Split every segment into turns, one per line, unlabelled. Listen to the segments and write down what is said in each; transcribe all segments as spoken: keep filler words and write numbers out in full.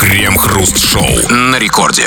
Крем-хруст-шоу на рекорде.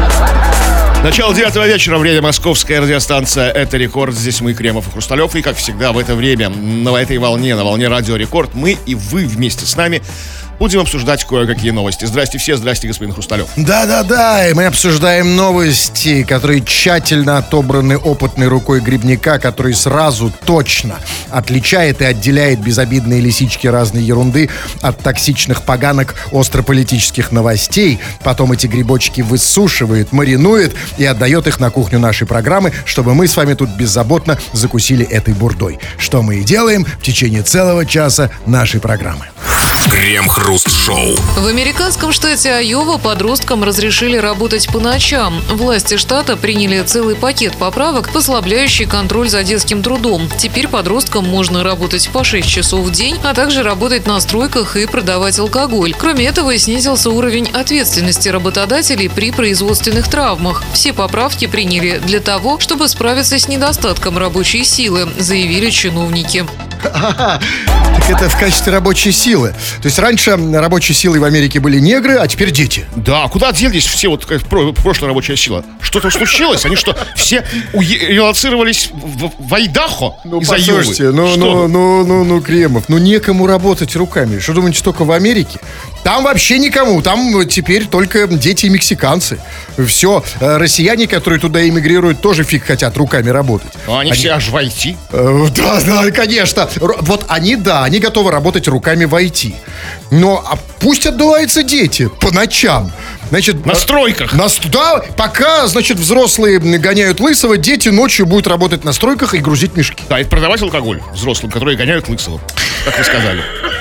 Начало девятого вечера, время московская радиостанция «Это Рекорд». Здесь мы, Кремов и Хрусталев. И, как всегда, в это время, на этой волне, на волне Радио Рекорд, мы и вы вместе с нами будем обсуждать кое-какие новости. Здрасте все, здрасте, господин Хрусталев.
Да-да-да, и мы обсуждаем новости, которые тщательно отобраны опытной рукой грибника, который сразу точно отличает и отделяет безобидные лисички разной ерунды от токсичных поганок острополитических новостей. Потом эти грибочки высушивает, маринует и отдает их на кухню нашей программы, чтобы мы с вами тут беззаботно закусили этой бурдой. Что мы и делаем в течение целого часа нашей программы.
Крем-хруст-шоу.
В американском штате Айова подросткам разрешили работать по ночам. Власти штата приняли целый пакет поправок, послабляющий контроль за детским трудом. Теперь подросткам можно работать по шесть часов в день, а также работать на стройках и продавать алкоголь. Кроме этого, снизился уровень ответственности работодателей при производственных травмах. Все поправки приняли для того, чтобы справиться с недостатком рабочей силы, заявили чиновники.
Так это в качестве рабочей силы. То есть раньше рабочей силой в Америке были негры, а теперь дети.
Да, куда делись все вот прошлая рабочая сила? Что-то случилось? Они что, все релоцировались в, в Айдахо
Ну,
из
послушайте,
Айовы?
ну,
Что?
ну, ну, ну, ну, Кремов, ну некому работать руками. Что думаете, только в Америке? Там вообще никому, там теперь только дети и мексиканцы. Все, россияне, которые туда эмигрируют, тоже фиг хотят руками работать.
Ну, они, они все аж в ай ти.
Э, да, да, конечно. Р- вот они, да, они готовы работать руками в ай ти. Но а пусть отдуваются дети по ночам. Значит,
На стройках.
На, да, пока, значит, взрослые гоняют лысого, дети ночью будут работать на стройках и грузить мешки.
Да, и продавать алкоголь взрослым, которые гоняют лысого, как вы сказали.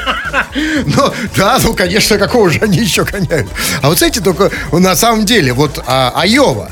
Ну, да, ну, конечно, какого же они еще гоняют. А вот, знаете, только на самом деле, вот а, Айова,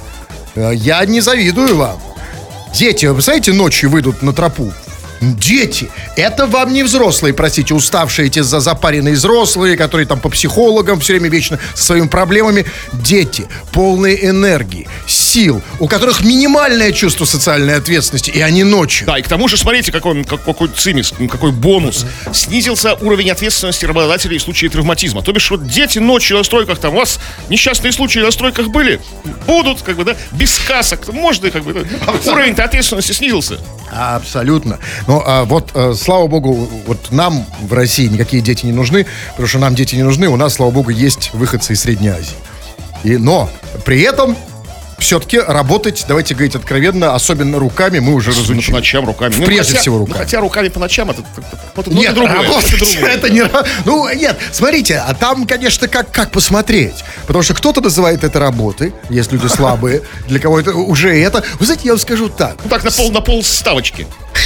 я не завидую вам. Дети, вы представляете, ночью выйдут на тропу. Дети, это вам не взрослые, простите, уставшие эти за запаренные взрослые, которые там по психологам все время вечно со своими проблемами. Дети, полные энергии, сил, у которых минимальное чувство социальной ответственности, и они ночью.
Да, и к тому же, смотрите, какой, какой цимис, какой бонус. Снизился уровень ответственности работодателей в случае травматизма. То бишь, вот дети ночью на стройках, там у вас несчастные случаи на стройках были, будут, как бы, да, без касок. Можно, как бы, да, уровень-то ответственности снизился.
Абсолютно. Но а, вот, а, слава богу, вот нам в России никакие дети не нужны, потому что нам дети не нужны, у нас, слава богу, есть выходцы из Средней Азии. И, но при этом все-таки работать, давайте говорить откровенно, особенно руками, мы уже
Особенно
разучили.
по ночам руками. Ну,
Прежде
хотя,
всего руками.
Ну, хотя руками по ночам это, это, это, ну,
Нет,
это другое.
работать,
Это другое.
это не... ра- Ну, нет, смотрите, а там, конечно, как, как посмотреть. Потому что кто-то называет это работой, есть люди слабые, для кого это уже это. Вы знаете, я вам скажу так.
Ну, так, на пол, на пол ставочки.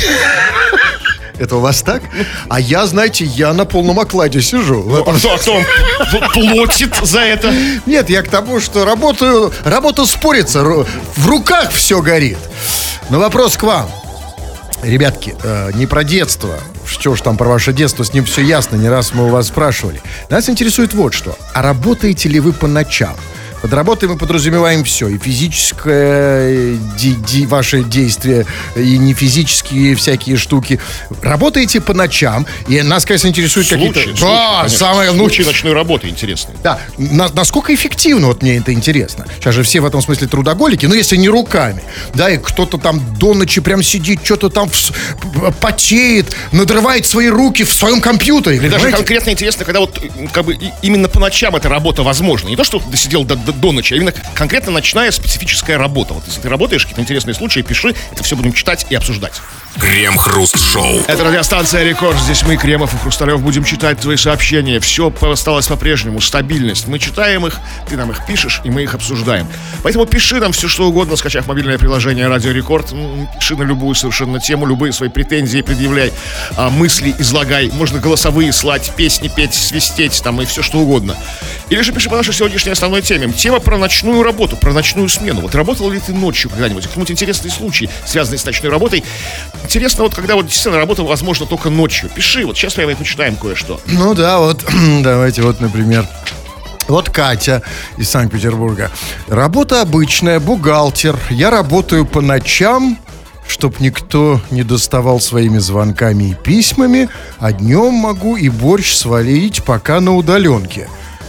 Это у вас так? А я, знаете, я на полном окладе сижу.
Ну, а кто, а кто вам платит за это?
Нет, я к тому, что работаю, работа спорится, ру- в руках все горит. Но вопрос к вам. Ребятки, э, не про детство. Что ж там про ваше детство, с ним все ясно, не раз мы у вас спрашивали. Нас интересует вот что. А работаете ли вы по ночам? Под работой мы подразумеваем все. И физическое ди- ди- ваши действия, и не физические всякие штуки. Работаете по ночам, и нас, конечно, интересуют
Случаи,
какие-то...
случаи,
Да,
конечно.
самое... ну,
Случаи ночной работы интересные.
Да, на- насколько эффективно, вот мне это интересно. Сейчас же все в этом смысле трудоголики, ну, если не руками, да, и кто-то там до ночи прям сидит, что-то там вс- п- потеет, надрывает свои руки в своем компьютере.
Мне даже
понимаете?
конкретно интересно, когда вот как бы и- именно по ночам эта работа возможна. Не то, что ты сидел до, до- до ночи, а именно конкретно ночная специфическая работа. Вот если ты работаешь, какие-то интересные случаи, пиши, это все будем читать и обсуждать.
Крем-хруст-шоу.
Это радиостанция «Рекорд». Здесь мы, Кремов и Хрусталев, будем читать твои сообщения. Все осталось по-прежнему. Стабильность. Мы читаем их, ты нам их пишешь, и мы их обсуждаем. Поэтому пиши нам все, что угодно, скачав мобильное приложение «Радио Рекорд». М, Пиши на любую совершенно тему, любые свои претензии предъявляй, а, мысли излагай. Можно голосовые слать, песни петь, свистеть, там, и все, что угодно. Или же пиши по нашей сегодняшней основной теме. Тема про ночную работу, про ночную смену. Вот работал ли ты ночью когда-нибудь? Какие-нибудь интересные случаи, связанные с ночной работой? Интересно, вот когда вот действительно работа возможна только ночью. Пиши, вот сейчас прямо и почитаем кое-что.
Ну да, вот, давайте вот, например, вот Катя из Санкт-Петербурга. Работа обычная, бухгалтер. Я работаю по ночам, чтоб никто не доставал своими звонками и письмами, а днем могу и борщ свалить пока на удаленке.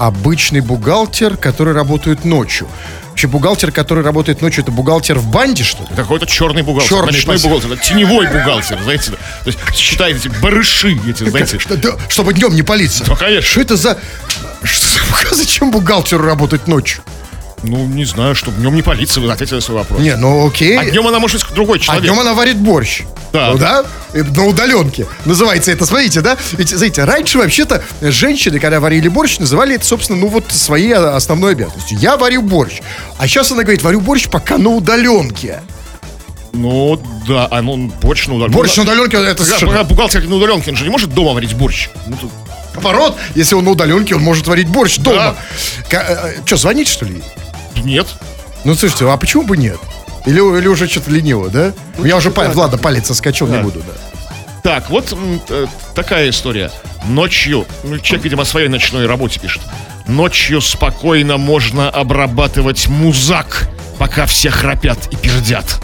обычный бухгалтер, который работает ночью. Вообще, бухгалтер, который работает ночью, это бухгалтер в банде, что ли?
Это какой-то черный бухгалтер,
Черный,
ночной
спасибо.
бухгалтер, это теневой бухгалтер, знаете. То есть считает эти барыши, эти, знаете.
Что- да, чтобы днем не палиться.
Ну, конечно.
Что это за... Что- Зачем бухгалтеру работать ночью?
Ну, не знаю, чтобы днем не палиться, вы ответили на свой вопрос.
Не, ну окей.
А днем она может быть другой
А
человек.
днем она варит борщ.
Да.
Ну да? И на удаленке. Называется это, смотрите, да? Ведь, знаете, раньше вообще-то женщины, когда варили борщ, называли это, собственно, ну вот своей основной обязанностью. Я варю борщ. А сейчас она говорит, варю борщ пока на удаленке.
Ну, да, а ну, борщ на удаленке.
Борщ на удаленке, это
Когда,
совершенно...
когда бухгалтер на удаленке, он же не может дома варить борщ. Ну, тут...
Наоборот, если он на удаленке, он может варить борщ дома. Что, звонить, что ли?
Нет.
Ну, слушайте, а почему бы нет? Или, или уже что-то лениво, да? У меня уже, палец, ладно, палец соскочил, не
Да.
буду, да.
Так, вот м, э, такая история. Ночью, ну, человек, видимо, о своей ночной работе пишет. Ночью спокойно можно обрабатывать музак, пока все храпят и пердят.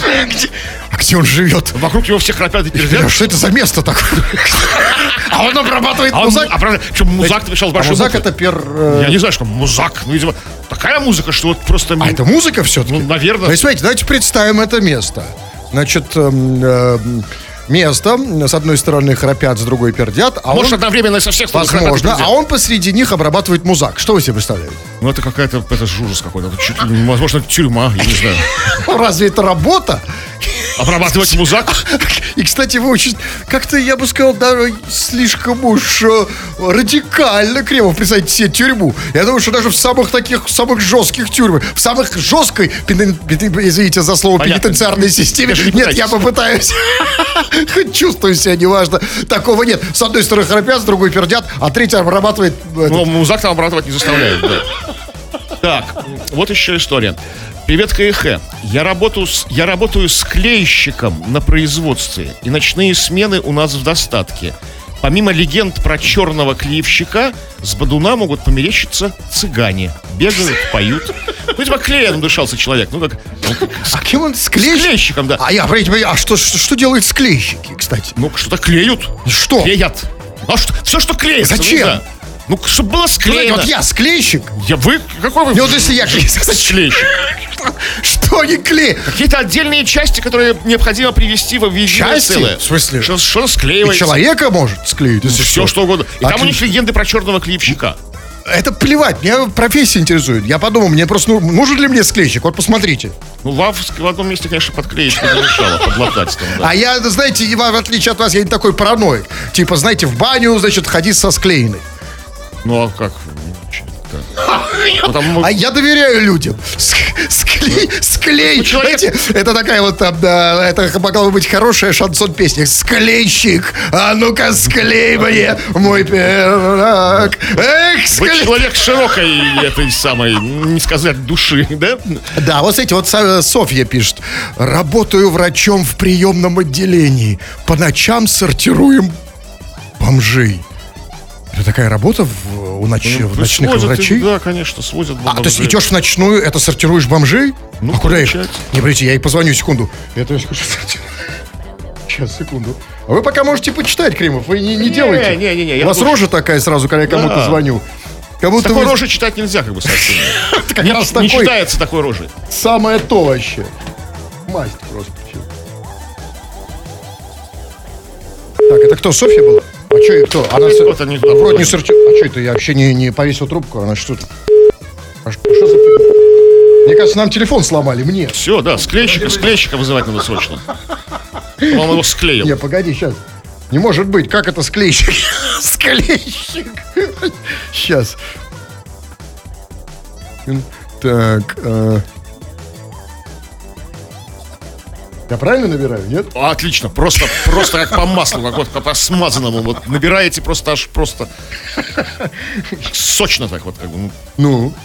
А где он живет?
Вокруг него все храпят и
А
пердят.
что это за место такое? А он обрабатывает
А он,
музак?
а правда, что музак написал с
А
большой
музак
буквы?
это пер... э,
Я не знаю, что музак. Ну, видимо, такая музыка, что вот просто...
А это музыка все-таки?
Ну, наверное.
Ну, смотрите, давайте представим это место. Значит, эм, эм, место, с одной стороны храпят, с другой пердят, а
Может,
он,
одновременно со всех сторон храпят и
возможно,
пердят.
а он посреди них обрабатывает музак. Что вы себе представляете?
Ну, это какая-то, это же ужас какой-то. Это чуть ли, возможно, тюрьма, я не знаю.
Разве это работа?
Обрабатывать музак?
И, кстати, вы очень, как-то, я бы сказал, даже слишком уж э, радикально, Кремов, представьте себе тюрьму. Я думаю, что даже в самых таких, самых жестких тюрьмах, в самых жесткой, пенен- пенен- извините за слово,
Понятно.
пенитенциарной системе,
Даже не
нет, я
пытайтесь.
попытаюсь. Хоть чувствую себя, неважно. Такого нет. С одной стороны храпят, с другой пердят, а третий обрабатывает... э,
Ну, музак там обрабатывать не заставляют, да. Так, вот еще история. Привет, КХ. Я работаю, с, я работаю склейщиком на производстве, и ночные смены у нас в достатке. Помимо легенд про черного клеевщика, с бодуна могут померещиться цыгане. Бегают, поют. Ну, видимо, клеем дышался человек. Ну, как, ну, как
А кем он? Склейщик?
склейщиком, да.
А я, понимаете, а что, что, что делают склейщики, кстати?
Ну, что-то клеют.
Что?
Клеят. А что, все, что клеится.
Зачем?
Ну, да. Ну, чтобы было
Знаете,
склеено.
вот я склейщик.
Я, вы, какой вы?
Ну, вот если я
склейщик.
Что они клеят?
Какие-то отдельные части, которые необходимо привести в единое
Части?
целое.
В смысле?
Что, что
И
склеивается.
человека может склеить, если
Все, что угодно. И там у них
Отлично.
легенды про черного клеевщика.
Это плевать, меня профессия интересует. Я подумал, мне просто, ну, нужен ли мне склейщик? Вот посмотрите.
Ну, в, в одном месте, конечно, подклеить не мешало, подлатать там, да.
А я, знаете, Иван, в отличие от вас, я не такой параноик. Типа, знаете, в баню, значит, ходить со склеенной.
Ну, а как? Потому...
А я доверяю людям. Ск- Склей, склей.
Ну, человек-
Знаете, это такая вот, там, да, это могла бы быть хорошая шансон-песня. Склейщик, а ну-ка склей мне мой пирог. Эх,
Вы
склей.
человек широкой этой самой, не сказать, души, да?
Да, вот смотрите, вот Со- Софья пишет. Работаю врачом в приемном отделении. По ночам сортируем бомжей. Это такая работа в, у ноч- в ночных
Свозят их,
врачей?
Да, конечно, свозят.
А, то есть идешь в ночную, это сортируешь бомжей?
Ну,
а куда их?
получается.
Не, подождите, я ей позвоню, секунду. Это я скажу, сейчас, секунду. А вы пока можете почитать, Кремов, вы не, не делайте.
не-не-не, я
У вас
буду-
рожа такая сразу, когда я кому-то
Да.
звоню. Как будто
Такой
вы
рожи читать нельзя, как бы, совсем.
как
Не,
раз
не
такой
читается такой рожи.
самое то вообще. Масть просто. Так, это кто, Софья была? А что, кто? Она с-
Кто-то не туда
вроде не
позвонил.
сорти... А что это, я вообще не, не повесил трубку, она что-то... А что, что за фигня? Мне кажется, нам телефон сломали, мне.
Все, да, склейщика, склейщика вызывать надо срочно. Он его склеил.
Не, погоди, сейчас. Не может быть, как это склейщик? Склейщик. Сейчас. Так. э. Я правильно набираю, нет?
Отлично, просто, просто как по маслу, как вот по смазанному. Вот набираете просто аж просто сочно так вот как бы. ну.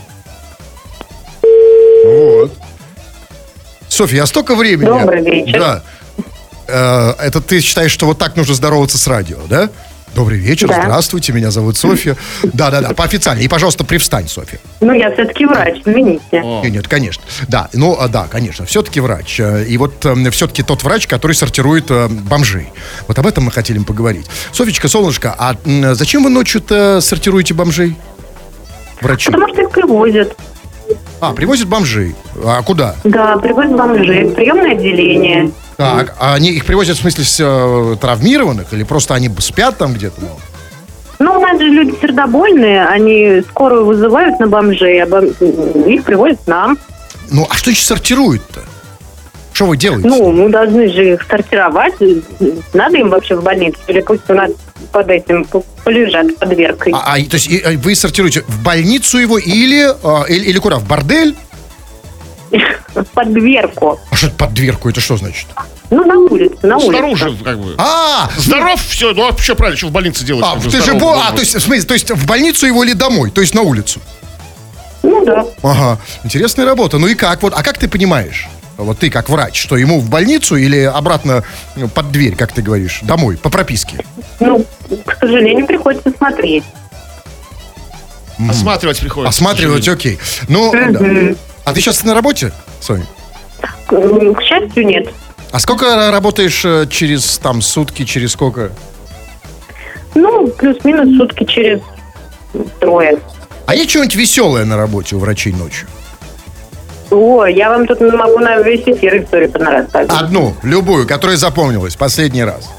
Ну. Вот. Софья, а столько времени?
Добрый вечер.
Да. Э, это ты считаешь, что вот так нужно здороваться с радио, да? Добрый вечер,
Да.
здравствуйте, меня зовут Софья. Да-да-да, поофициально. И, пожалуйста, привстань, Софья.
Ну, я все-таки врач, извините.
О.
Нет, нет, конечно. Да, ну, а, да, конечно, все-таки врач. Э, И вот э, все-таки тот врач, который сортирует э, бомжей. Вот об этом мы хотели поговорить. Софьечка, солнышко, а м, зачем вы ночью-то сортируете бомжей? врачи?
Потому что их привозят.
А, привозят бомжей. А куда?
Да, привозят бомжей в приемное отделение.
Так, а они их привозят в смысле с, э, травмированных? Или просто они спят там где-то? Ну?
Ну, у нас же люди сердобольные, они скорую вызывают на бомжей, а бом... их привозят к нам.
Ну, а что еще сортируют-то? Что вы делаете?
Ну, мы должны же их сортировать. Надо им вообще в больницу? Или пусть у нас под этим полежат под дверкой?
А, а, то есть и, вы сортируете в больницу его или, а, или, или куда? В бордель?
Под дверку.
А что это под дверку? Это что значит?
Ну, на улицу, на улицу.
Снаружи, как бы.
А,
Здоров, все, ну а что правильно, что в больнице делать?
а
как бы,
ты же
здоров,
бо...
ну,
а, то есть, в смысле, то есть в больницу его или домой? То есть на улицу?
Ну, да.
Ага, интересная работа. Ну и как? Вот, а как ты понимаешь? Вот ты как врач, что ему в больницу или обратно ну, под дверь, как ты говоришь, домой, по прописке?
Ну, к сожалению, приходится смотреть.
Осматривать приходится.
Осматривать,
к сожалению.
окей. Ну, да. А ты сейчас на работе, Соня?
К, к счастью, нет.
А сколько работаешь э, через там сутки, через сколько?
Ну, плюс-минус сутки через трое.
А есть что-нибудь веселое на работе у врачей ночью?
О, я вам тут могу на весь эфир историю понарассказывать.
Одну, любую, которая запомнилась последний раз.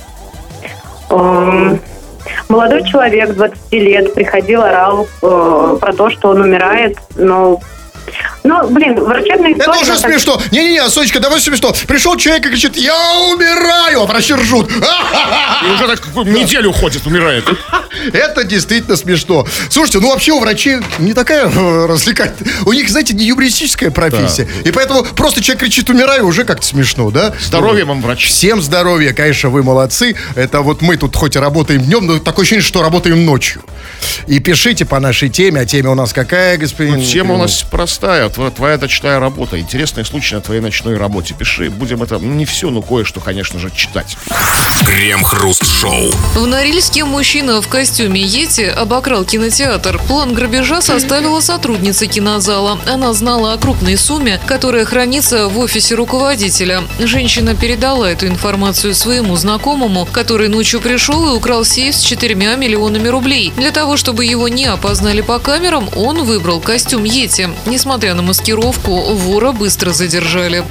Эм, Молодой человек, двадцати лет, приходил, орал э, про то, что он умирает, но... Ну, блин, врачебная история...
Это уже смешно. Не-не-не, Сонечка, давай смешно. Пришел человек и кричит: я умираю, а врачи ржут.
И уже так неделю ходит, умирает.
Это действительно смешно. Слушайте, ну вообще у врачей не такая э, развлекательная. У них, знаете, не юмористическая профессия. Да. И поэтому просто человек кричит: умираю, уже как-то смешно, да?
Здоровья вам, врач.
Всем здоровья, конечно, вы молодцы. Это вот мы тут хоть и работаем днем, но такое ощущение, что работаем ночью. И пишите по нашей теме. А тема у нас какая, господин?
Ну, тема у нас простая. Твоя, твоя ночная работа. Интересные случаи на твоей ночной работе. Пиши. Будем это, не все, но кое-что, конечно же, читать.
Крем-хруст-шоу.
В Норильске мужчина в костюме Йети обокрал кинотеатр. План грабежа составила сотрудница кинозала. Она знала о крупной сумме, которая хранится в офисе руководителя. Женщина передала эту информацию своему знакомому, который ночью пришел и украл сейф с четырьмя миллионами рублей. Для того, чтобы его не опознали по камерам, он выбрал костюм Йети. Несмотря на маскировку, вора быстро задержали.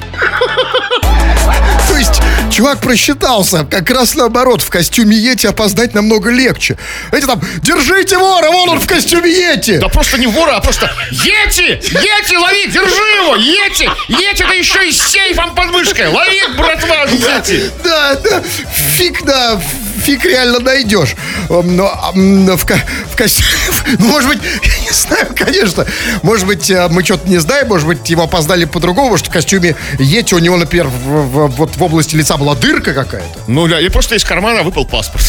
То есть чувак просчитался. Как раз наоборот, в костюме Йети опознать намного легче. Эти там: держите вора, вон он в костюме Йети.
Да просто не вора, а просто Йети! Йети, лови, держи его! Йети! Йети, да еще и с сейфом под мышкой! Лови, братва, Йети!
Да, да, фиг, да, фиг реально найдешь. Но, но в, в костюме, ну, может быть, я не знаю, конечно, может быть, мы что-то не знаем, может быть, его опознали по-другому, может, в костюме Йети у него, например, в, в, вот в области лица была дырка какая-то.
Ну, да, и просто из кармана выпал паспорт.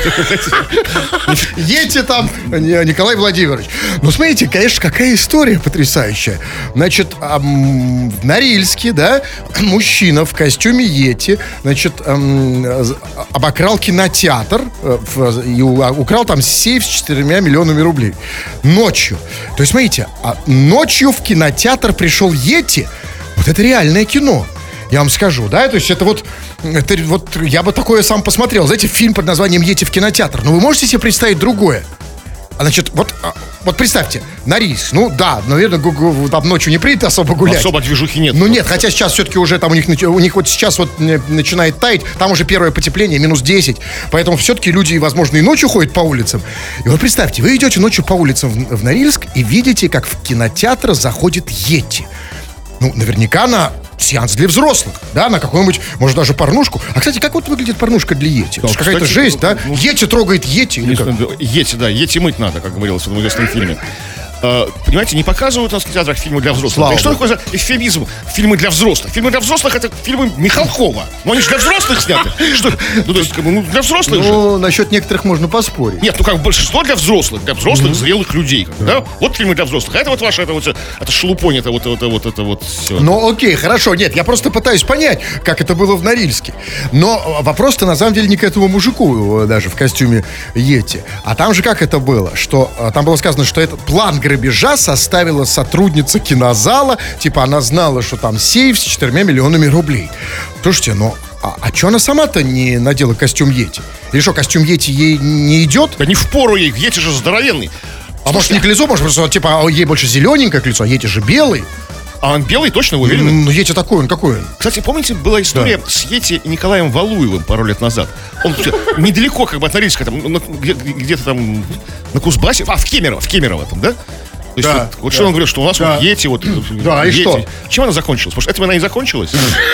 Йети там Николай Владимирович. Ну, смотрите, конечно, какая история потрясающая. Значит, эм, в Норильске, да, мужчина в костюме Йети, значит, эм, обокрал кинотеатр э, в, и украл там сейф с четырьмя миллионами рублей. Ночью. То есть, смотрите, а ночью в кинотеатр пришел Йети. Вот это реальное кино. Я вам скажу, да, то есть это вот, это вот, я бы такое сам посмотрел. Знаете, фильм под названием «Йети в кинотеатр». Но вы можете себе представить другое? А значит, вот, вот представьте, Норильск, ну да, наверное, там ночью не принято особо гулять.
Особо движухи нет.
Ну нет, хотя сейчас все-таки уже там у них, у них вот сейчас вот начинает таять, там уже первое потепление, минус десять, поэтому все-таки люди, возможно, и ночью ходят по улицам. И вот представьте, вы идете ночью по улицам в, в Норильск и видите, как в кинотеатр заходит Йети. Ну, наверняка на сеанс для взрослых, да, на какую-нибудь, может, даже порнушку. А, кстати, как вот выглядит порнушка для Йети? Это какая-то жесть, да? Ну, Йети трогает Йети.
Йети, да, Йети мыть надо, как говорилось в этом известном фильме. Понимаете, не показывают у нас в кинотеатрах фильмы для взрослых.
Слава
и что такое за эвфемизм? Фильмы для взрослых. Фильмы для взрослых — это фильмы Михалкова. Но они же для взрослых сняты. Что? Ну, то есть, как бы, ну, для взрослых же.
Ну, насчет некоторых можно поспорить.
Нет, ну как большинство для взрослых, для взрослых, mm-hmm. зрелых людей. Как, да. Да? Вот фильмы для взрослых. А это вот ваше, это вот, это шелупонь, это вот, это вот, это вот все.
Ну, окей, хорошо. Нет, я просто пытаюсь понять, как это было в Норильске. Но вопрос-то на самом деле не к этому мужику, даже в костюме Йети. А там же как это было? Что там было сказано, что этот план грабежа составил ставила сотрудница кинозала, типа она знала, что там сейф с четырьмя миллионами рублей. Слушайте, ну, а, а что она сама-то не надела костюм Йети? Или что, костюм Йети ей не идет?
Да не впору ей, Йети же здоровенный.
А может не к лицу, может просто, типа, а ей больше зелененькое к лицу, а Йети же белый.
А он белый, точно, вы уверены?
Ну, Йети такой, он какой он?
Кстати, помните, была история
Да.
с Йети и Николаем Валуевым пару лет назад? Он всё, недалеко, как бы от Норильска, там, ну, где- где-то там на Кузбассе, а, в Кемерово, в Кемерово там, да? То есть
Да,
вот, вот
да.
что он говорил, что у нас
Да.
вот Йети, вот...
Да, и
Йети.
что?
Чем она закончилась? Может, этим она и закончилась?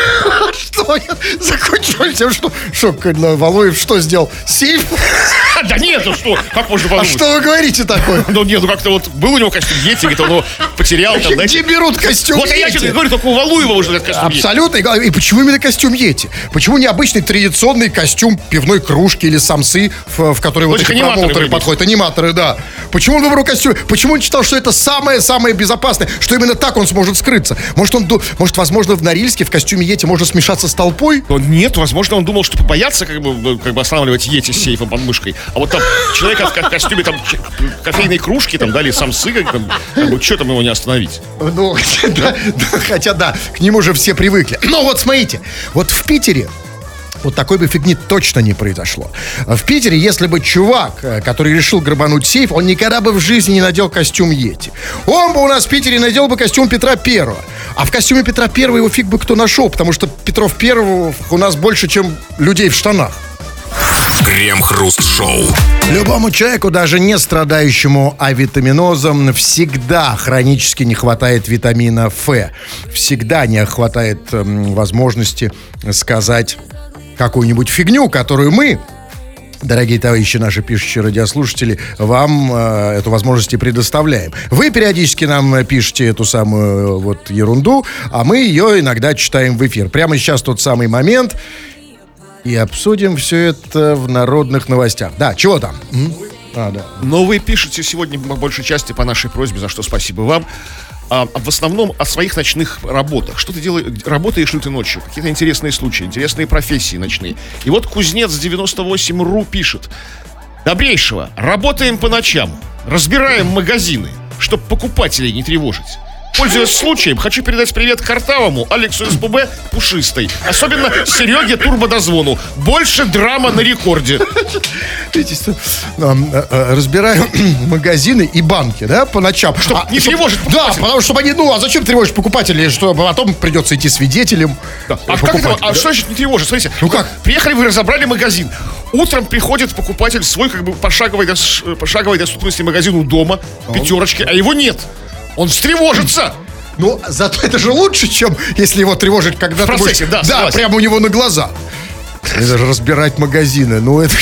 Что? Закончил тем, что... Что, Валуев что сделал? Сейф?
Да нет, ну что, как можно
А
подумать?
что вы говорите такое?
Ну нет, ну как-то вот был у него костюм Йети, где-то он его потерял там,
Где
знаете.
берут костюм
Вот я
Йети?
тебе говорю, только у Валуева уже этот костюм Йети.
Абсолютно. И почему именно костюм Йети? Почему не обычный традиционный костюм пивной кружки или самсы, в, в который вот
этих
эти
аниматоры
промоутеры
были.
подходят? Аниматоры, да. Почему он выбрал костюм? Почему он считал, что это самое-самое безопасное? Что именно так он сможет скрыться? Может, он, ду- может, возможно, в Норильске в костюме Йети можно смешаться с толпой?
Но нет, возможно, он думал, что побоятся как бы, как бы останавливать Йети с сейфом под мышкой. А вот там человек в ко- костюме там ч- кофейной кружки там, да, или самсы, как, там, как бы, что там его не остановить?
Ну, да, да, хотя да, к нему же все привыкли. Но вот смотрите, вот в Питере вот такой бы фигни точно не произошло. В Питере, если бы чувак, э, который решил грабануть сейф, он никогда бы в жизни не надел костюм Йети. Он бы у нас в Питере надел бы костюм Петра Первого. А в костюме Петра Первого его фиг бы кто нашел, потому что Петров Первого у нас больше, чем людей в штанах.
Крем-хруст-шоу.
Любому человеку, даже не страдающему авитаминозом, всегда хронически не хватает витамина Ф. Всегда не хватает эм, возможности сказать какую-нибудь фигню, которую мы, дорогие товарищи наши пишущие радиослушатели, вам э, эту возможность и предоставляем. Вы периодически нам пишете эту самую э, вот ерунду, а мы ее иногда читаем в эфир. Прямо сейчас тот самый момент. И обсудим все это в народных новостях. Да, чего там? М? А, да.
Но вы пишете сегодня по большей части по нашей просьбе, за что спасибо вам. А, в основном о своих ночных работах. Что ты делаешь, работаешь ли ты ночью? Какие-то интересные случаи, интересные профессии ночные. И вот Кузнец девяносто восемь ру пишет: добрейшего, работаем по ночам, разбираем магазины, чтобы покупателей не тревожить. Пользуясь случаем, хочу передать привет Картавому, Алексу СББ, Пушистой. Особенно Сереге Турбодозвону. Больше драма на рекорде.
Видите, что, эм, э, э, разбираем магазины и банки, да, по ночам.
Чтоб не тревожить
Да,
покупателей.
потому что чтобы они, ну, а зачем тревожить покупателей, что потом придется идти свидетелем.
Да. А, как
покупателю,
это, а
да?
что значит не тревожит? Смотрите,
Ну как?
Приехали, вы разобрали магазин. Утром приходит покупатель свой, как бы пошаговой, дос- пошаговой доступности магазину дома, пятерочки, а его нет. Он встревожится.
Ну, зато это же лучше, чем если его тревожить, когда
В
ты
процессе,
будешь-
да,
да,
согласен.
прямо у него на глазах. Это же разбирать магазины. Ну, это...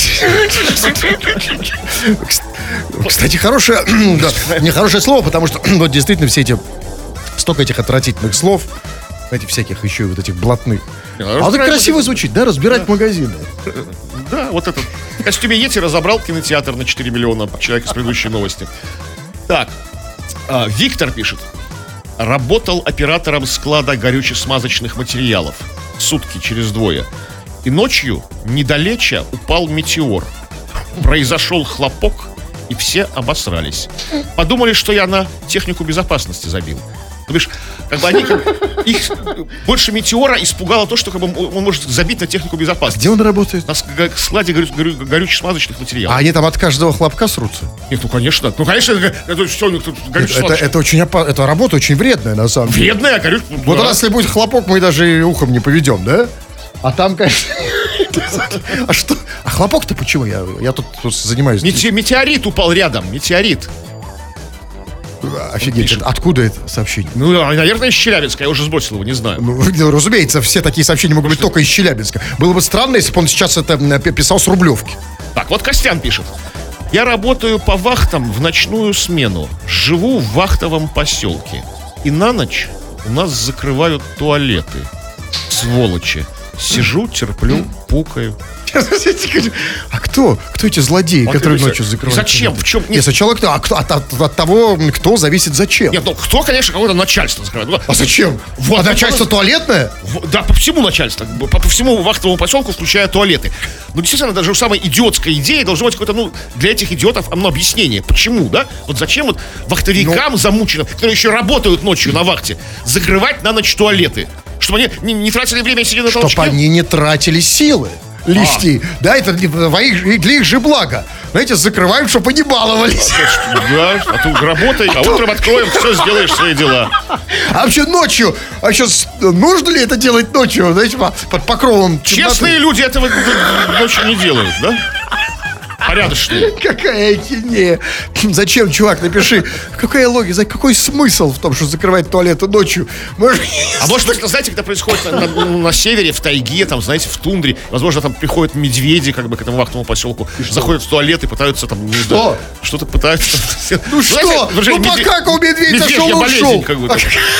Кстати, хорошее... да, нехорошее слово, потому что вот действительно все эти... Столько этих отвратительных слов, знаете, всяких еще и вот этих блатных.
Не, ну,
А вот это
разбирать
красиво звучит, да, разбирать магазины.
Да, вот этот. В костюме Йети разобрал кинотеатр на четыре миллиона человек из предыдущей новости. Так, а, Виктор пишет. Работал оператором склада горюче-смазочных материалов. Сутки через двое. И ночью недалече упал метеор. Произошел хлопок, и все обосрались. Подумали, что я на технику безопасности забил. То бишь, как бы они, как, их больше метеора испугало то, что как бы, он может забить на технику безопасности.
Где он работает?
На ск- складе горю- горю- горюче-смазочных материалов.
А они там от каждого хлопка срутся?
Нет, ну конечно. Ну, конечно, это, это все, ну, тут
Это,
горюче-смазочное.
это очень опасно. Это работа очень вредная, на самом деле.
Вредное, горючее.
Вот у нас, если будет хлопок, мы даже и ухом не поведем, да? А там, конечно... А что? А хлопок-то почему? Я, я тут просто занимаюсь...
Мете- метеорит упал рядом, метеорит.
Офигеть,
пишет.
откуда это сообщение?
Ну, а, наверное, из Челябинска, я уже сбросил его, не знаю.
Ну, ну, разумеется, все такие сообщения могут быть только из Челябинска. Было бы странно, если бы он сейчас это м, писал с Рублевки.
Так, вот Костян пишет. Я работаю по вахтам в ночную смену. Живу в вахтовом поселке. И на ночь у нас закрывают туалеты. Сволочи. Сижу, терплю, пукаю.
А кто? Кто эти злодеи,
Вот
которые
это
ночью
всё.
закрывают?
Зачем? В чем?
Нет,
Нет,
сначала кто? А кто? От, от- от того, кто зависит зачем.
нет, ну кто, конечно, какое-то начальство закрывает. Ну,
А зачем?
Вот,
а начальство туалетное?
В- Да, по всему начальству, по, по всему вахтовому поселку, включая туалеты. Но действительно, даже самая идиотская идея должна быть какое-то, ну, для этих идиотов оно объяснение. Почему, да? Вот зачем вот вахтовикам замученным, которые еще работают ночью на вахте, закрывать на ночь туалеты? Чтобы они не, не тратили время сидя на толчке?
Чтобы они не тратили силы лишние. Да, это для их, для их же блага. знаете, закрываем, чтобы они баловались.
Да, а тут работай, а утром откроем, все, сделаешь свои дела.
А вообще ночью, а сейчас нужно ли это делать ночью, знаете, под покровом темноты?
Честные люди этого ночью не делают, да? Порядочные.
Какая хинея. Зачем, чувак, напиши. Какая логика, какой смысл в том, что закрывать туалеты ночью? Может...
А может быть, знаете, когда происходит на, на, на севере, в тайге, там, знаете, в тундре, возможно, там приходят медведи, как бы, к этому вахтовому поселку, заходят в туалет и пытаются там... Ну,
что?
Да, что-то пытаются...
Ну что? Ну пока у медведя шел, ушел.
Как бы,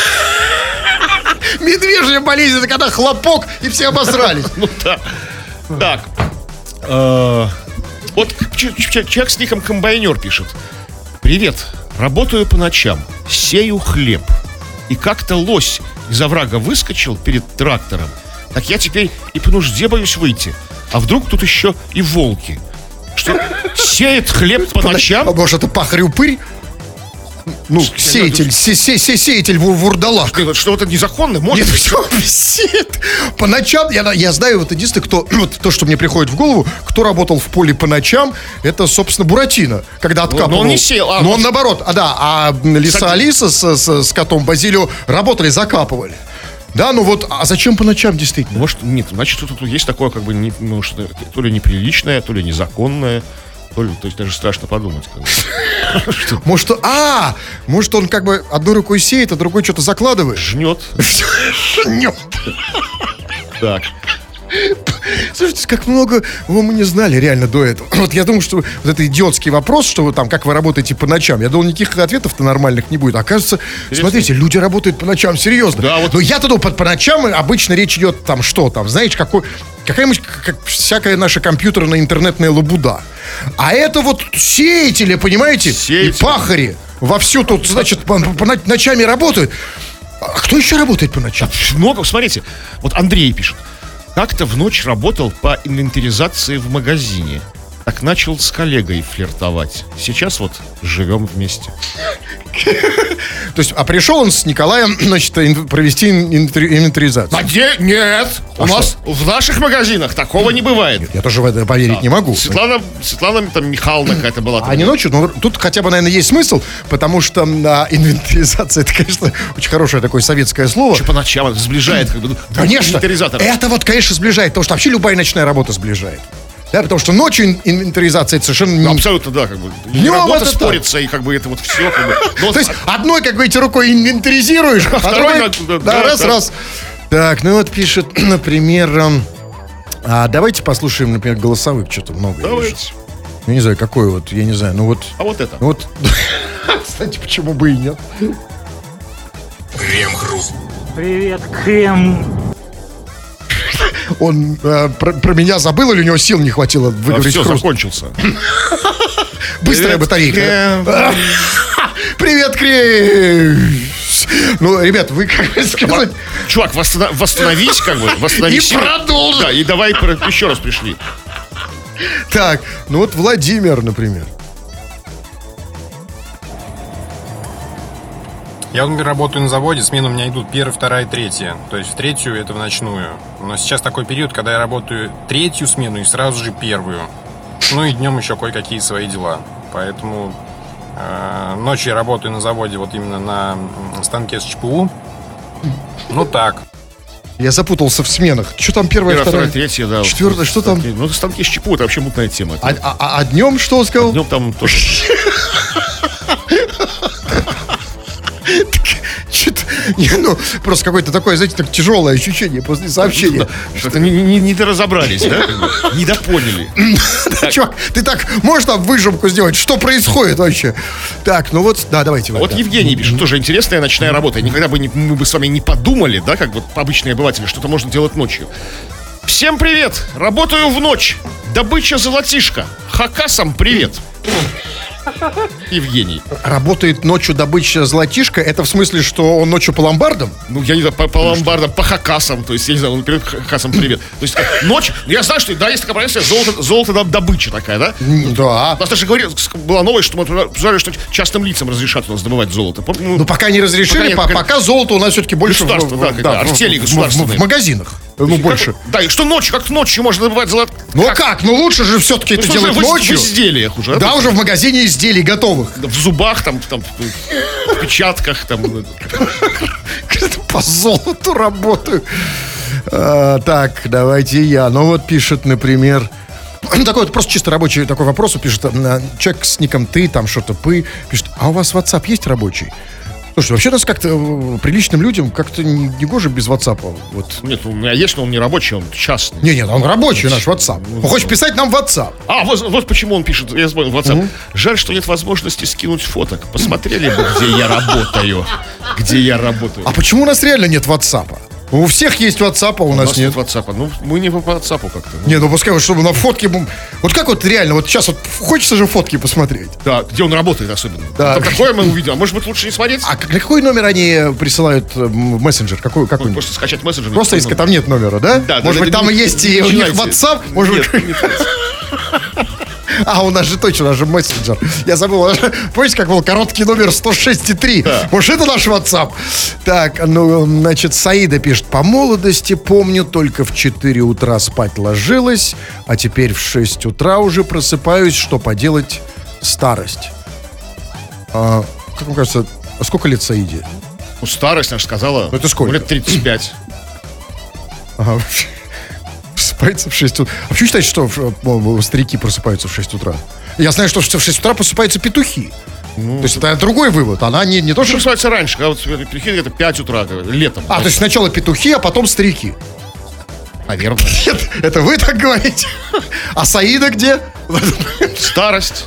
медвежья болезнь, это когда хлопок, и все обосрались.
Ну да. Так. Вот человек с ником Комбайнер пишет. Привет, работаю по ночам, сею хлеб. И как-то лось из оврага выскочил перед трактором. Так я теперь и по нужде боюсь выйти. А вдруг тут еще и волки? Что, сеет хлеб по ночам?
А может, это пахарь-упырь? Ну, сеятель, се, се, се, сеятель вурдалак.
Что это незаконно? Может
быть, сеет по ночам. Я, я знаю, вот единственное, кто, вот то, что мне приходит в голову, кто работал в поле по ночам, это, собственно, Буратино, когда откапывал.
Но он не сеял. А,
но он наоборот, а да, а Лиса Алиса с, с, с котом Базилио работали, закапывали. Да, ну вот, а зачем по ночам действительно?
Может, нет, значит, тут, тут есть такое, как бы, не, ну, что, то ли неприличное, то ли незаконное. То, ли, то есть даже страшно подумать. Как бы.
Может, а, может он как бы одной рукой сеет, а другой что-то закладывает?
Жнет.
Жнет.
Так.
Слушайте, как много мы не знали реально до этого. Вот я думаю, что вот это идиотский вопрос, что вы там, как вы работаете по ночам. Я думал, никаких ответов-то нормальных не будет. Оказывается, интересно. Смотрите, люди работают по ночам, серьезно. Да, вот... Но я-то думал, по, по ночам обычно речь идет там что там, знаешь, какой... Какая-нибудь, как всякая наша компьютерная интернетная лабуда. А это вот сеятели, понимаете? Сеятели. И пахари вовсю тут, значит, по, по ночами работают. А кто еще работает по ночам?
Много, смотрите. Вот Андрей пишет. Как-то в ночь работал по инвентаризации в магазине. Так начал с коллегой флиртовать. Сейчас вот живем вместе.
То есть, а пришел он с Николаем, значит, провести инвентаризацию?
А где? Нет. У нас в наших магазинах такого не бывает.
Я тоже в это поверить не могу.
Светлана, Светлана там Михайловна какая-то была.
А не ночью? Ну, тут хотя бы, наверное, есть смысл, потому что инвентаризация, это, конечно, очень хорошее такое советское слово.
По ночам это сближает, как бы.
Конечно. Это вот, конечно, сближает, потому что вообще любая ночная работа сближает. Да, потому что ночью инвентаризация это совершенно не...
Абсолютно, да, как бы. И работа спорится, и как бы это вот все. Как бы.
Но... То есть одной, как говорите, рукой инвентаризируешь, а второй... Да, да, раз, да. раз. Так, ну вот пишет, например... А давайте послушаем, например, голосовых, что-то много.
Давайте.
Я не знаю, какой вот, я не знаю, ну вот...
А вот это?
Ну вот... Кстати, почему бы и нет?
Крем-хруст.
Привет, Крем.
Он э, про, про меня забыл, или у него сил не хватило выговорить?
А все,
хруст?
закончился.
Быстрая батарейка. Привет, Крем. Ну, ребят, вы как бы сказать...
Чувак, восстановись, как бы, восстановись.
И продолжи.
Да, и давай еще раз пришли.
Так, ну вот Владимир, например.
Я, например, работаю на заводе, смены у меня идут первая, вторая, третья. То есть в третью это в ночную. Но сейчас такой период, когда я работаю третью смену и сразу же первую. Ну и днем еще кое-какие свои дела. Поэтому э, ночью я работаю на заводе вот именно на станке с ЧПУ. Ну так.
Я запутался в сменах. Что там первая,
первая
вторая,
вторая, третья, да.
Четвертая, что там?
Ну, станки с ЧПУ, это вообще мутная тема.
А, а, а днем что он сказал?
Днем там тоже...
Ну, просто какое-то такое, знаете, так тяжелое ощущение после сообщения.
Что-то не, не, не доразобрались, да? Не допоняли.
Чувак, ты так можешь там выжимку сделать? Что происходит вообще? Так, ну вот, да, давайте.
Вот Евгений пишет, тоже интересная ночная работа. Никогда бы мы бы с вами не подумали, да, как вот обычные обыватели, что-то можно делать ночью. Всем привет! Работаю в ночь. Добыча золотишка. Хакасам привет. Евгений.
Работает ночью добыча золотишка. Это в смысле, что он ночью по ломбардам?
Ну, я не знаю, по, по ломбардам, по хакасам. То есть, я не знаю, он перед хакасам привет. То есть, ночь, я знаю, что, да, есть такая профессия, золото, золото добыча такая, да?
Да.
У нас даже говорили, была новость, что мы обсуждали, что частным лицам разрешат у нас добывать золото.
Ну, ну пока не разрешили, пока, пока, пока золото у нас все-таки больше в,
да,
в, да,
артели
в,
государственные.
В, в, в магазинах. Ну, больше.
Как, да, и что ночью, как ночью можно добывать золото?
Ну, как? как? Ну, лучше же все-таки это
Ну,
делать
в,
ночью.
В изделиях уже.
Да, уже в магазине изделий готовых.
В зубах, там, там в печатках, там.
По золоту работаю. А, так, давайте я. Ну, вот пишет, например... Такой вот просто чисто рабочий такой вопрос. Пишет человек с ником «ты», там что-то «пы». Пишет, а у вас WhatsApp есть рабочий? Слушай, вообще нас как-то приличным людям как-то не, не гоже без WhatsApp. Вот.
Нет, у меня есть, но он не рабочий, он частный.
Не, нет, он рабочий наш WhatsApp. Он хочет писать нам в WhatsApp.
А, вот, вот почему он пишет, я вспомнил, в WhatsApp. Угу. Жаль, что нет возможности скинуть фоток. Посмотрели бы, где я работаю. Где я работаю.
А почему у нас реально нет WhatsApp? У всех есть WhatsApp, а у, у нас, нас нет.
нет WhatsApp. Ну, мы не по WhatsApp как-то. Ну.
Не, ну пускай, чтобы на фотке... Вот как вот реально, вот сейчас вот хочется же фотки посмотреть.
Да, где он работает особенно.
Да.
Вот такое мы увидим. А может быть, лучше не смотреть?
А на какой номер они присылают в мессенджер? Какой, какой?
Ну, просто скачать мессенджер.
Просто если там нет номера, да?
Да.
Может
да,
быть,
да,
там
не,
и есть
не,
и
не
у них
начинайте.
WhatsApp? Может
нет,
быть... А, у нас же точно, у нас же мессенджер. Я забыл, помните, как был короткий номер сто шесть и три? Да. Может, это наш WhatsApp? Так, ну, значит, Саида пишет. По молодости помню, только в четыре утра спать ложилась, а теперь в шесть утра уже просыпаюсь, что поделать, старость. А, как вам кажется, сколько лет Саиде?
Ну, старость, она же сказала.
Ну, это сколько?
Лет тридцать пять.
Ага, просыпается в шесть утра. А почему считаете, что старики просыпаются в шесть утра? Я знаю, что в шесть утра просыпаются петухи. Ну, то есть это другой вывод. Она не, не то, что...
Просыпаются раньше, когда вот петухи это пять утра, летом.
А, то есть сначала петухи, а потом старики.
Наверное.
Нет, это вы так говорите. А Саида где?
Старость.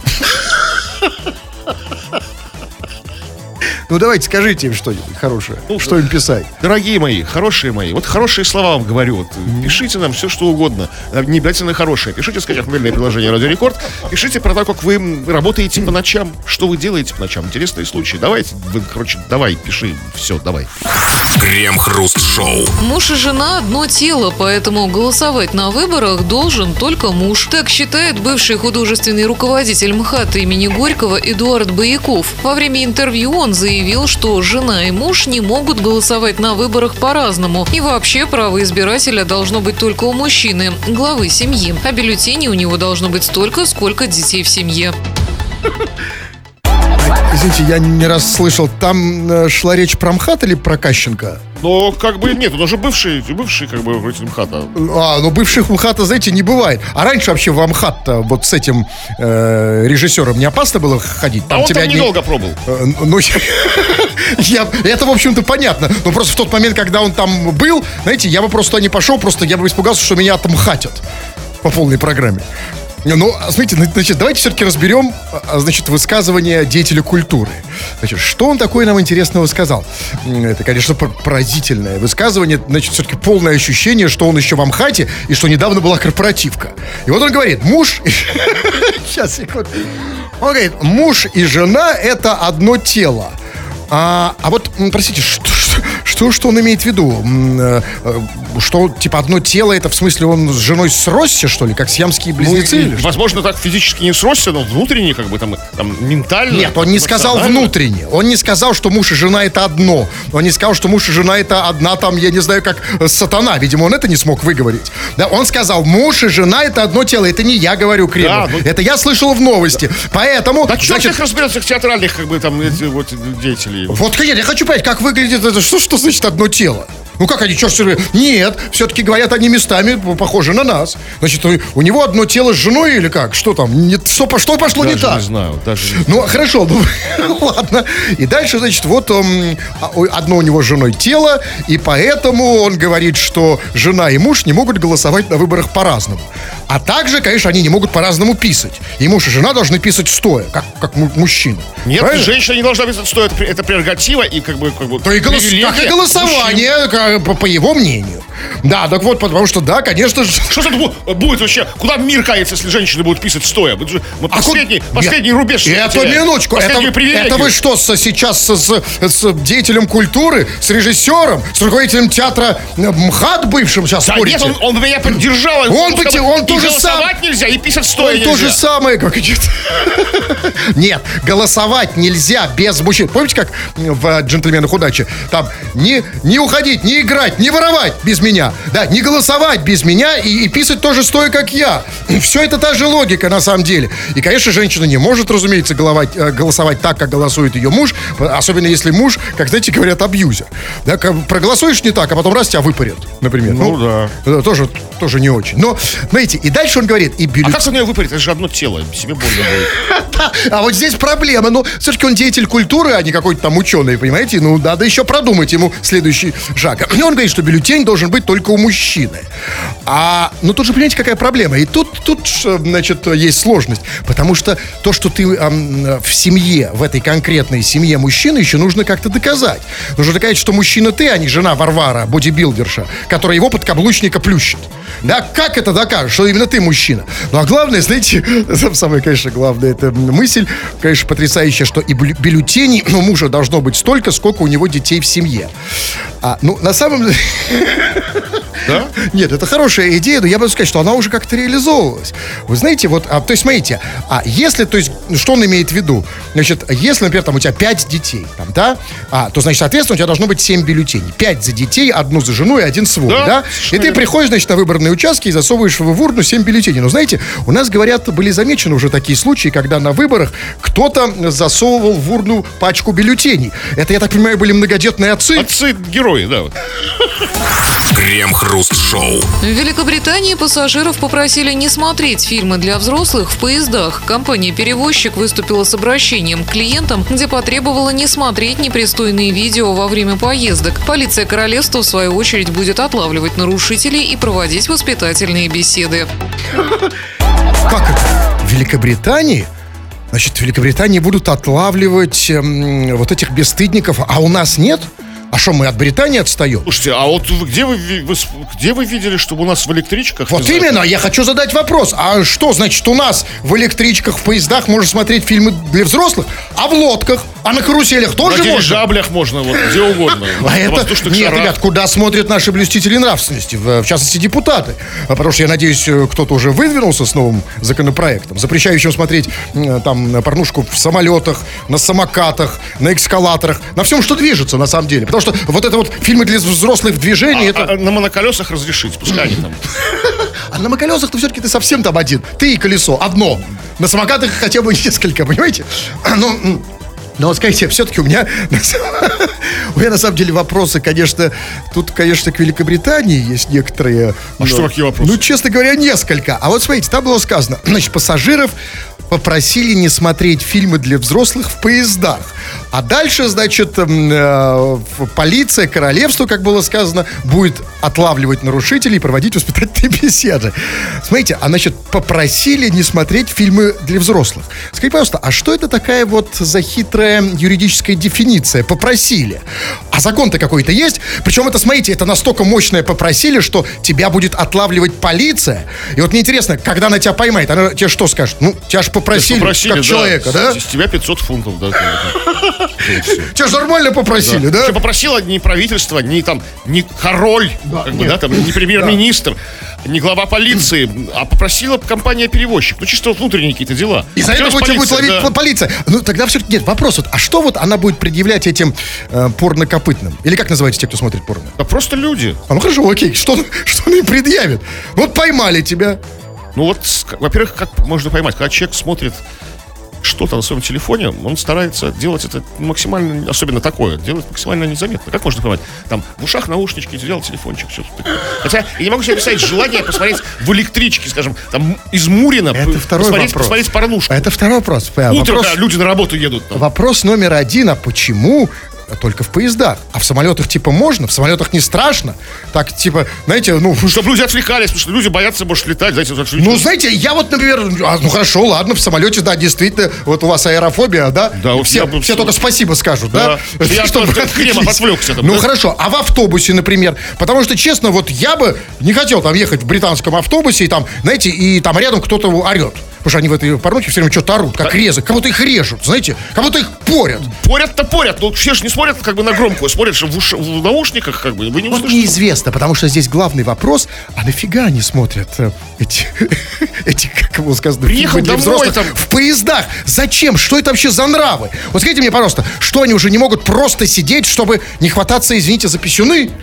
Ну, давайте, скажите им что-нибудь хорошее. Ну, что им писать?
Дорогие мои, хорошие мои, вот хорошие слова вам говорю. Вот, пишите нам все, что угодно. Не обязательно хорошее. Пишите, скачав мобильное приложение «Радио Рекорд». Пишите про то, как вы работаете по ночам. Что вы делаете по ночам. Интересные случаи. Давайте, вы, короче, давай, пиши. Все, давай.
Крем-хруст-шоу.
Муж и жена – одно тело, поэтому голосовать на выборах должен только муж. Так считает бывший художественный руководитель МХАТ имени Горького Эдуард Бояков. Во время интервью он заявил, что жена и муж не могут голосовать на выборах по-разному. И вообще право избирателя должно быть только у мужчины, главы семьи. А бюллетеней у него должно быть столько, сколько детей в семье.
Извините, я не раз слышал, там э, шла речь про МХАТ или про Кащенко?
Но как бы нет, он уже бывший, бывший как бы руководитель МХАТа.
А, ну бывших МХАТа, знаете, не бывает. А раньше вообще в МХАТ-то вот с этим э, режиссером не опасно было ходить?
Там а он тебя там недолго не... пробыл.
Э, ну, я, это, в общем-то, понятно. Но просто в тот момент, когда он там был, знаете, я бы просто не пошел, просто я бы испугался, что меня там хатят по полной программе. Ну, смотрите, значит, давайте все-таки разберем, значит, высказывание деятеля культуры. Значит, что он такое нам интересного сказал? Это, конечно, поразительное высказывание. Значит, все-таки полное ощущение, что он еще в МХАТе и что недавно была корпоративка. И вот он говорит, муж... Сейчас, секунду. Он говорит, муж и жена – это одно тело. А, а вот, простите, что, что, что, что он имеет в виду? Что, типа, одно тело, это в смысле он с женой сросся, что ли, как сиамские близнецы?
Ну, возможно, так физически не сросся, но внутренне, как бы, там, там ментально.
Нет, он не сказал внутренне. Он не сказал, что муж и жена это одно. Он не сказал, что муж и жена это одна, там, я не знаю, как сатана. Видимо, он это не смог выговорить. Да, он сказал, муж и жена это одно тело. Это не я говорю, Кремов. Да, ну... Это я слышал в новости. Да. Поэтому...
Да что всех разберется в театральных, как бы, там, эти вот деятелей?
Вот, конечно, я хочу понять, как выглядит это. Что, что значит одно тело? Ну как они, что ж, нет, все-таки говорят, они местами похожи на нас. Значит, у, у него одно тело с женой или как? Что там? Не, что, что пошло
даже
не так?
Не знаю, даже не знаю.
Ну, хорошо, ну, ладно. И дальше, значит, вот он, одно у него с женой тело, и поэтому он говорит, что жена и муж не могут голосовать на выборах по-разному. А также, конечно, они не могут по-разному писать. И муж и жена должны писать стоя, как, как мужчина.
Нет, правильно? Женщина не должна писать стоя, это, это прерогатива и как бы... Как бы
То и, голос, как и голосование, как, по, по его мнению. Да, так вот, потому что, да, конечно же...
Что это будет вообще? Куда мир кается, если женщины будут писать стоя? Вот а последний, код... последний Нет, рубеж.
Это минуточку. Это, это вы что, с, сейчас с, с, с деятелем культуры, с режиссером, с руководителем театра МХАТ бывшим сейчас
да
спорите?
Нет, он, он меня поддержал.
Он, он, он, он тоже сам...
нельзя, и писать стоя
он
нельзя.
То же самое, как Нет, голосовать нельзя без мужчин. Помните, как в «Джентльменах удачи»? Там не, не уходить, не играть, не воровать без меня. Да, не голосовать без меня и, и писать тоже стоя, как я. Все это та же логика, на самом деле. И, конечно, женщина не может, разумеется, головать, э, голосовать так, как голосует ее муж. Особенно если муж, как, знаете, говорят, абьюзер. Да, как, проголосуешь не так, а потом раз тебя выпарят, например.
Ну, ну да.
Тоже, тоже не очень. Но, знаете, и дальше он говорит... И бюллетень...
А как он ее выпарит? Это же одно тело. Себе больно будет.
А вот здесь проблема. Ну, все-таки он деятель культуры, а не какой-то там ученый, понимаете? Ну, надо еще продумать ему следующий шаг. И он говорит, что бюллетень должен быть только у мужчины. А, ну, тут же, понимаете, какая проблема? И тут, тут, значит, есть сложность. Потому что то, что ты эм, в семье, в этой конкретной семье мужчины, еще нужно как-то доказать. Нужно доказать, что мужчина ты, а не жена Варвара, бодибилдерша, которая его подкаблучника плющит. Да, как это докажешь, что именно ты мужчина? Ну, а главное, знаете, самое, конечно, главное, это мысль, конечно, потрясающая, что и бюллетеней у мужа должно быть столько, сколько у него детей в семье. А, ну, на самом деле... Да? Нет, это хорошая идея, но я могу сказать, что она уже как-то реализовывалась. Вы знаете, вот, а, то есть, смотрите, а если, то есть, что он имеет в виду? Значит, если, например, там у тебя пять детей, там, да, а, то, значит, соответственно, у тебя должно быть семь бюллетеней. Пять за детей, одну за жену и один свой, да? да? И ты приходишь, значит, на выборные участки и засовываешь в урну семь бюллетеней. Но, знаете, у нас, говорят, были замечены уже такие случаи, когда на выборах кто-то засовывал в урну пачку бюллетеней. Это, я так понимаю, были многодетные отцы.
Отцы-герои, да.
Крем-хруст-шоу.
В Великобритании пассажиров попросили не смотреть фильмы для взрослых в поездах. Компания-перевозчик выступила с обращением к клиентам, где потребовала не смотреть непристойные видео во время поездок. Полиция королевства, в свою очередь, будет отлавливать нарушителей и проводить воспитательные беседы.
Как это? В Великобритании? Значит, в Великобритании будут отлавливать эм, вот этих бесстыдников, а у нас нет? А что, мы от Британии отстаем?
Слушайте, а вот вы, где, вы, вы, где вы видели, чтобы у нас в электричках...
Вот именно, я хочу задать вопрос. А что, значит, у нас в электричках, в поездах можно смотреть фильмы для взрослых, а в лодках, а на каруселях тоже можно?
На дирижаблях можно, вот, где угодно.
А это... Нет, ребят, куда смотрят наши блюстители нравственности, в частности, депутаты? Потому что, я надеюсь, кто-то уже выдвинулся с новым законопроектом, запрещающим смотреть там порнушку в самолетах, на самокатах, на эскалаторах, на всем, что движется, на самом деле. Потому что вот это вот фильмы для взрослых в движении,
а,
это...
А на моноколесах разрешить, пускай они там.
А на моноколесах-то все-таки ты совсем там один. Ты и колесо, одно. На самокатах хотя бы несколько, понимаете? Ну... Но вот скажите, все-таки у меня, у меня на самом деле вопросы, конечно, тут, конечно, к Великобритании есть некоторые.
А
но,
что, какие вопросы?
Ну, честно говоря, несколько. А вот смотрите, там было сказано, значит, пассажиров попросили не смотреть фильмы для взрослых в поездах. А дальше, значит, э, полиция, королевство, как было сказано, будет отлавливать нарушителей и проводить воспитательные беседы. Смотрите, а значит, попросили не смотреть фильмы для взрослых. Скажите, пожалуйста, а что это такая вот за хитрая юридическая дефиниция? Попросили. А закон-то какой-то есть? Причем это, смотрите, это настолько мощное попросили, что тебя будет отлавливать полиция. И вот мне интересно, когда она тебя поймает, она тебе что скажет? Ну, тебя же попросили, попросили как да. человека, да?
С тебя пятьсот фунтов, да.
Тебя же нормально попросили, да?
да? Попросило не правительство, не там, не король, да, как бы, да, там, не премьер-министр, да. не глава полиции, а попросила компания-перевозчик. Ну, чисто внутренние какие-то дела.
И за это тебя будет ловить да. полиция. Ну, тогда все-таки нет, вопрос вот, а что вот она будет предъявлять этим э, порнокопытным? Или как называете те, кто смотрит порно?
Да просто люди.
А ну хорошо, окей, что, что они предъявят? Вот поймали тебя.
Ну вот, во-первых, как можно поймать, когда человек смотрит что-то на своем телефоне, он старается делать это максимально, особенно такое, делать максимально незаметно. Как можно поймать? Там в ушах наушнички, взял телефончик, все. Хотя я не могу себе представить желание посмотреть в электричке, скажем, там из Мурина,
это второй
посмотреть,
вопрос.
посмотреть порнушку.
Это второй вопрос.
Утром,
вопрос...
когда люди на работу едут. Там.
Вопрос номер один, а почему только в поездах? А в самолетах типа можно? В самолетах не страшно? Так типа, знаете, ну...
Чтобы люди отвлекались, потому что люди боятся, может, летать, знаете, отвлекались.
Ну, знаете, я вот, например, а, ну хорошо, ладно, в самолете, да, действительно, вот у вас аэрофобия, да?
Да,
все,
я,
все только спасибо скажут, да?
да? Я чтобы от крема отвлекся. Там,
ну
да?
хорошо, а в автобусе, например? Потому что, честно, вот я бы не хотел там ехать в британском автобусе, и там, знаете, и там рядом кто-то орет. Потому что они в этой порнухе все время что-то орут, как резы. Кого-то их режут, знаете, кого-то их порят.
Порят-то порят, но все же не смотрят как бы на громкую, смотрят же в, уш... в наушниках, как бы, вы не
вот
услышите.
Неизвестно, потому что здесь главный вопрос, а нафига они смотрят э, эти, эти, как его сказано,
приехал
для
домой
взрослых
там
в поездах? Зачем? Что это вообще за нравы? Вот скажите мне, пожалуйста, что они уже не могут просто сидеть, чтобы не хвататься, извините, за писюны?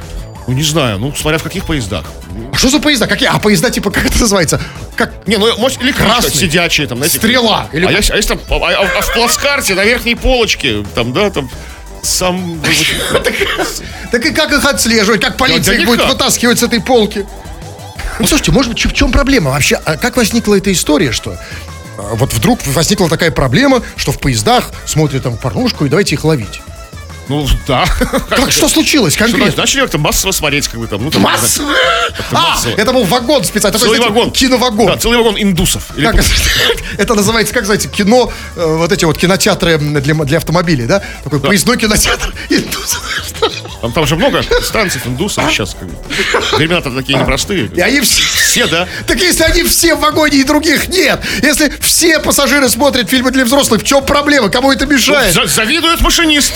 Ну, не знаю, ну, смотря в каких поездах.
А что за поезда? Какие? А поезда, типа, как это называется? Как?
Не, ну, может, или
Красный.
сидячие там, знаете.
Стрела. Или...
А, есть, а есть там, а, а- а в плацкарте на верхней полочке, там, да, там, сам...
Так и как их отслеживать? Как полиция
Да
их будет
никак.
вытаскивать с этой полки? Ну, слушайте, может быть, в чем проблема? Вообще, а как возникла эта история, что а, вот вдруг возникла такая проблема, что в поездах смотрят там порнушку и давайте их ловить?
Ну, да.
Как, что случилось
Что,
конкретно?
начали как-то массово смотреть, как бы там, ну, там...
Массово?
как-то
А,
массово.
это был вагон специально. такой,
Целый
знаете,
вагон.
Киновагон.
Да, целый вагон индусов. Или
Как это, это называется, как, знаете, кино, э, вот эти вот кинотеатры для, для автомобилей, да? Такой поездной кинотеатр индусов.
Там, там же много станций индусов сейчас. Как бы. Времена-то такие непростые.
И они все...
Все, да?
Так если они все в вагоне и других нет, если все пассажиры смотрят фильмы для взрослых, в чем проблема? Кому это мешает?
За- завидует машинист.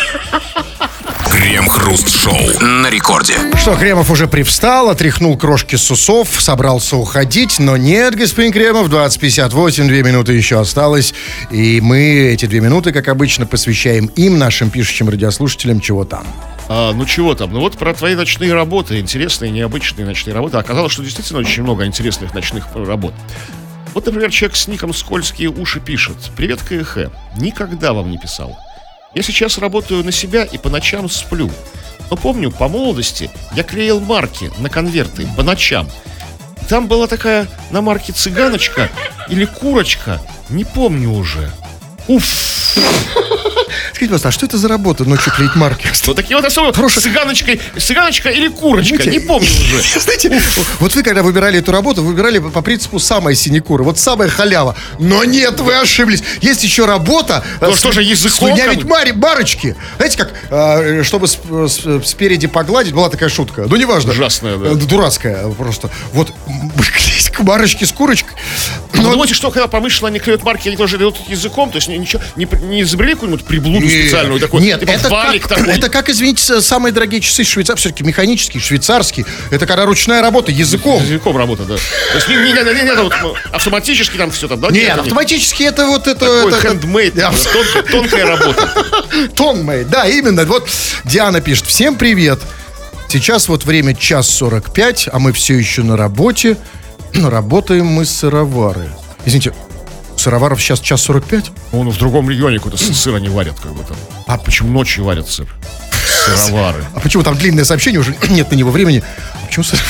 Крем-хруст-шоу на рекорде.
Что, Кремов уже привстал, отряхнул крошки с усов, собрался уходить, но нет, господин Кремов, двадцать пятьдесят восемь, две минуты еще осталось, и мы эти две минуты, как обычно, посвящаем им, нашим пишущим радиослушателям, чего там.
А, ну чего там? Ну вот про твои ночные работы, интересные, необычные ночные работы. Оказалось, что действительно очень много интересных ночных работ. Вот, например, человек с ником «Скользкие уши» пишет: «Привет, КХ. Никогда вам не писал. Я сейчас работаю на себя и по ночам сплю. Но помню, по молодости я клеил марки на конверты по ночам. Там была такая на марке цыганочка или курочка, не помню уже. Уф!»
Скажите, пожалуйста, а что это за работа ночью клеить марки?
Вот такие вот особо
Хорошая-
цыганочка, цыганочка или курочка,
Знаете,
не помню уже.
Знаете, вот вы, когда выбирали эту работу, выбирали по принципу самая синекура, вот самая халява. Но нет, вы ошиблись. Есть еще работа...
Ну
э,
что же, языком
слюнявить
там?
мари, барочки. Знаете, как, э, чтобы с- с- спереди погладить, была такая шутка. Ну, неважно.
Ужасная, да.
Э, Дурацкая просто. Вот, клеить барочки с курочкой.
А вы думаете, что когда промышленно они клеют марки, они тоже делают языком? То есть ни- ничего, не, не изобрели какую-нибудь приблуду специальную такую?
Нет,
типа
это
валик
как,
такой?
это как, извините, самые дорогие часы швейцар, все-таки механические, швейцарские. Это когда ручная работа языком.
Языком работа, да. То есть не, не, не, не, не, вот, ну, автоматически там все там, да?
Нет,
это не-
автоматически это вот это...
Такой
это-
хендмейд,
Да,
тонкая, тонкая работа.
Тонмейд, да, именно. Вот Диана пишет: всем привет. Сейчас вот время час сорок пять, а мы все еще на работе. Но работаем мы сыровары. Извините, сыроваров сейчас час сорок пять?
Он в другом регионе какой-то с- сыр они варят, как бы там. А почему ночью варят сыр? Сыровары.
А почему там длинное сообщение, уже нет на него времени? А почему сыр-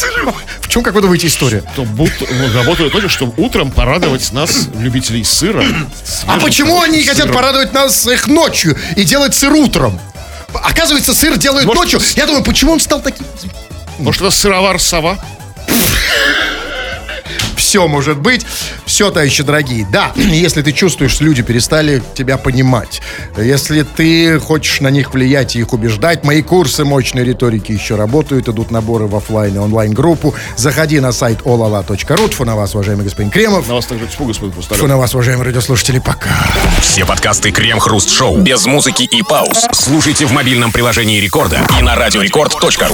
В чем, как вы думаете, история?
То будто, ну, работают точно, чтобы утром порадовать нас, любителей сыра.
А
свежим
почему они хотят
сыром.
порадовать нас их ночью и делать сыр утром? Оказывается, сыр делают
Может,
ночью. Я думаю, почему он стал таким...
Может, это сыровар-сова?
Все может быть. Все, товарищи дорогие. Да, если ты чувствуешь, что люди перестали тебя понимать, если ты хочешь на них влиять и их убеждать, мои курсы мощной риторики еще работают, идут наборы в офлайн и онлайн-группу. Заходи на сайт олала точка ру. Тьфу на вас, уважаемый господин Кремов.
На вас также тьфу, господин
Тьфу
Хрусталев.
на вас, уважаемые радиослушатели. Пока.
Все подкасты Крем-хруст-шоу без музыки и пауз слушайте в мобильном приложении Рекорда и на радиорекорд точка ру.